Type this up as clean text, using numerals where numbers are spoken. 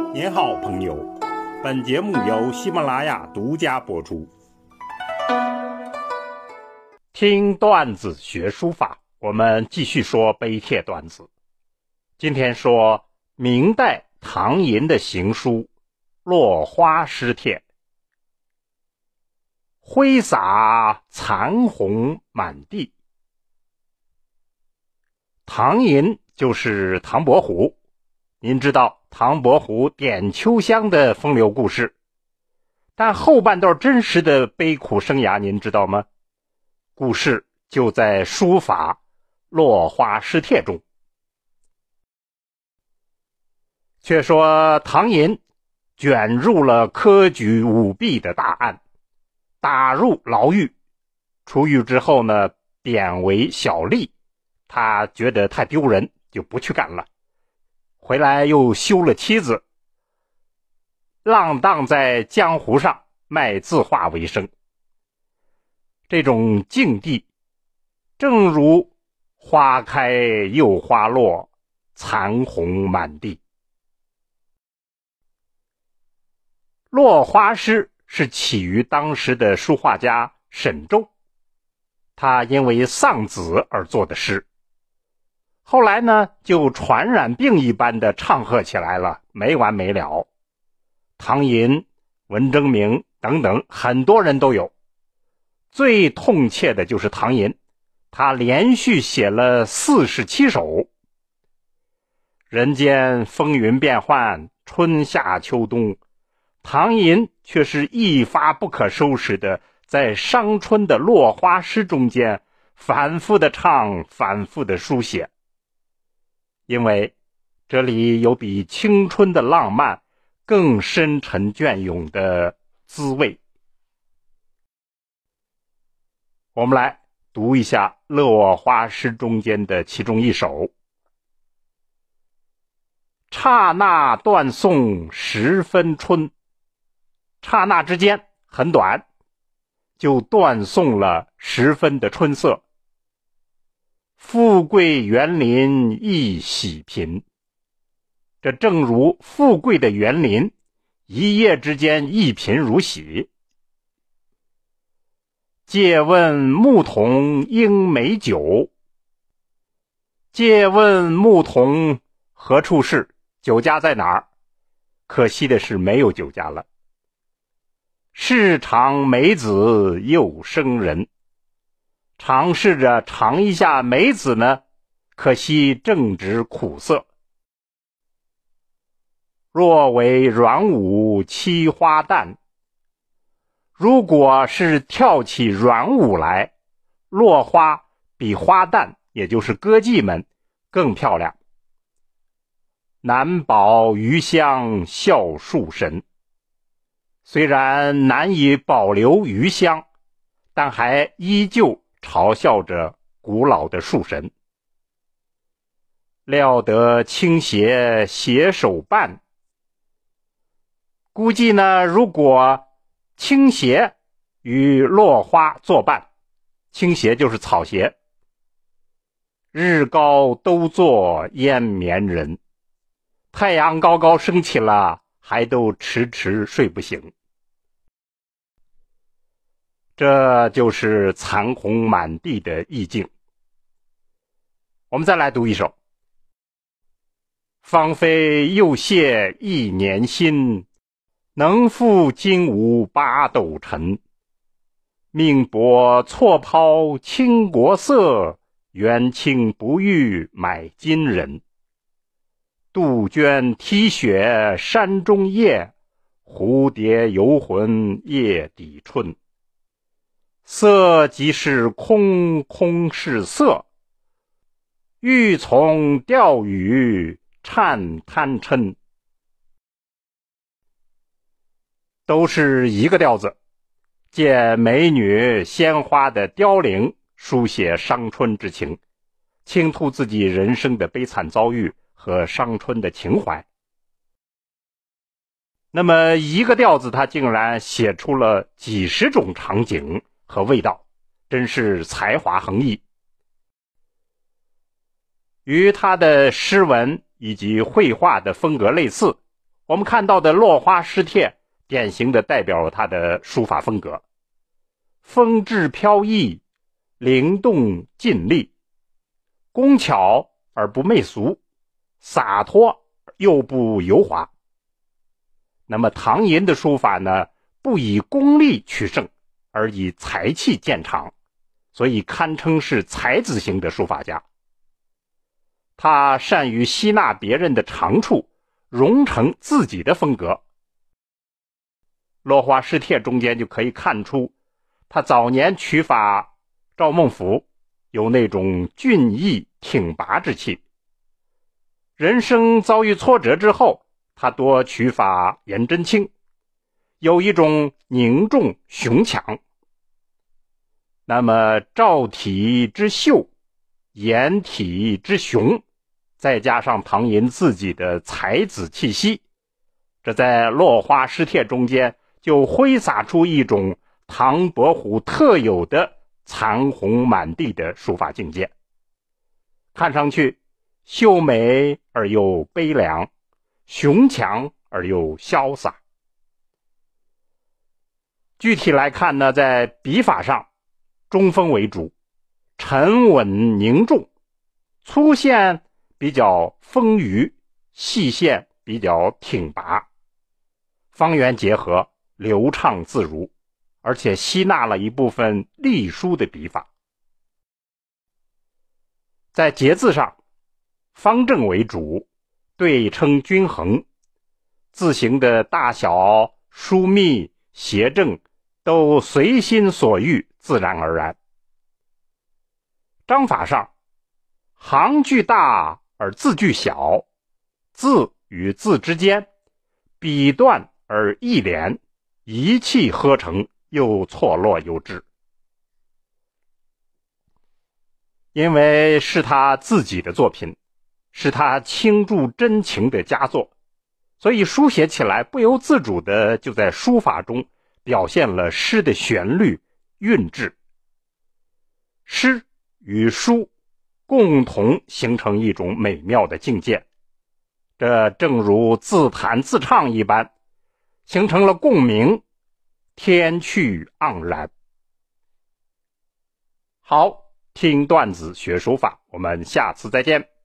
您好，朋友。本节目由喜马拉雅独家播出。听段子学书法，我们继续说碑帖段子。今天说明代唐寅的行书《落花诗帖》。挥洒残红满地。唐寅就是唐伯虎，您知道唐伯虎点秋香的风流故事，但后半段真实的悲苦生涯您知道吗？故事就在书法《落花诗帖》中。却说唐寅卷入了科举舞弊的大案，打入牢狱，出狱之后呢，贬为小吏，他觉得太丢人，就不去干了。回来又休了妻子，浪荡在江湖上卖字画为生。这种境地正如花开又花落，残红满地。落花诗是起于当时的书画家沈周，他因为丧子而作的诗，后来呢就传染病一般的唱和起来了，没完没了。唐寅、文征明等等很多人都有。最痛切的就是唐寅，他连续写了47首。人间风云变幻，春夏秋冬，唐寅却是一发不可收拾的在伤春的落花诗中间反复的唱，反复的书写。因为这里有比青春的浪漫更深沉隽永的滋味。我们来读一下落花诗中间的其中一首。刹那断送10分春，刹那之间很短，就断送了10分的春色。富贵园林亦喜贫，这正如富贵的园林一夜之间一贫如洗。借问牧童应美酒，借问牧童何处是？酒家在哪儿？可惜的是没有酒家了。试尝梅子又生人，尝试着尝一下梅子呢，可惜正值苦涩。若为软舞栖花旦，如果是跳起软舞来，落花比花旦也就是歌妓们更漂亮。难保余香笑树神，虽然难以保留余香，但还依旧嘲笑着古老的树神。料得倾斜携手伴，估计呢，如果倾斜与落花作伴，倾斜就是草鞋，日高都作延绵人，太阳高高升起了，还都迟迟睡不醒。这就是残红满地的意境。我们再来读一首。芳菲又谢1年新，能负金吾8斗尘。命薄错抛倾国色，元清不遇买金人。杜鹃啼血山中叶，蝴蝶游魂夜底春。色即是空，空是色，欲从钓鱼颤贪嗔。都是一个调子，借美女鲜花的凋零书写伤春之情，倾吐自己人生的悲惨遭遇和伤春的情怀。那么一个调子，他竟然写出了几十种场景和味道，真是才华横溢。与他的诗文以及绘画的风格类似， 我们看到的落花诗帖典型的代表了他的书法风格，风致飘逸，灵动劲利，工巧而不媚俗，洒脱又不油滑。那么唐寅的书法呢，不以功力取胜，而以才气见长，所以堪称是才子型的书法家。他善于吸纳别人的长处，融成自己的风格。落花诗帖中间就可以看出，他早年取法赵孟頫有那种俊逸挺拔之气。人生遭遇挫折之后，他多取法颜真卿，有一种凝重雄强。那么赵体之秀，颜体之雄，再加上唐寅自己的才子气息，这在落花诗帖中间就挥洒出一种唐伯虎特有的残红满地的书法境界，看上去秀美而又悲凉，雄强而又潇洒。具体来看呢，在笔法上，中锋为主，沉稳凝重，粗线比较丰腴，细线比较挺拔，方圆结合，流畅自如，而且吸纳了一部分隶书的笔法。在节字上，方正为主，对称均衡，字形的大小、疏密、斜正都随心所欲，自然而然。章法上，行距大而字距小，字与字之间笔断而意连，一气呵成，又错落有致。因为是他自己的作品，是他倾注真情的佳作，所以书写起来不由自主的就在书法中表现了诗的旋律韵致。诗与书共同形成一种美妙的境界，这正如自弹自唱一般，形成了共鸣，天趣盎然。好，听段子学书法，我们下次再见。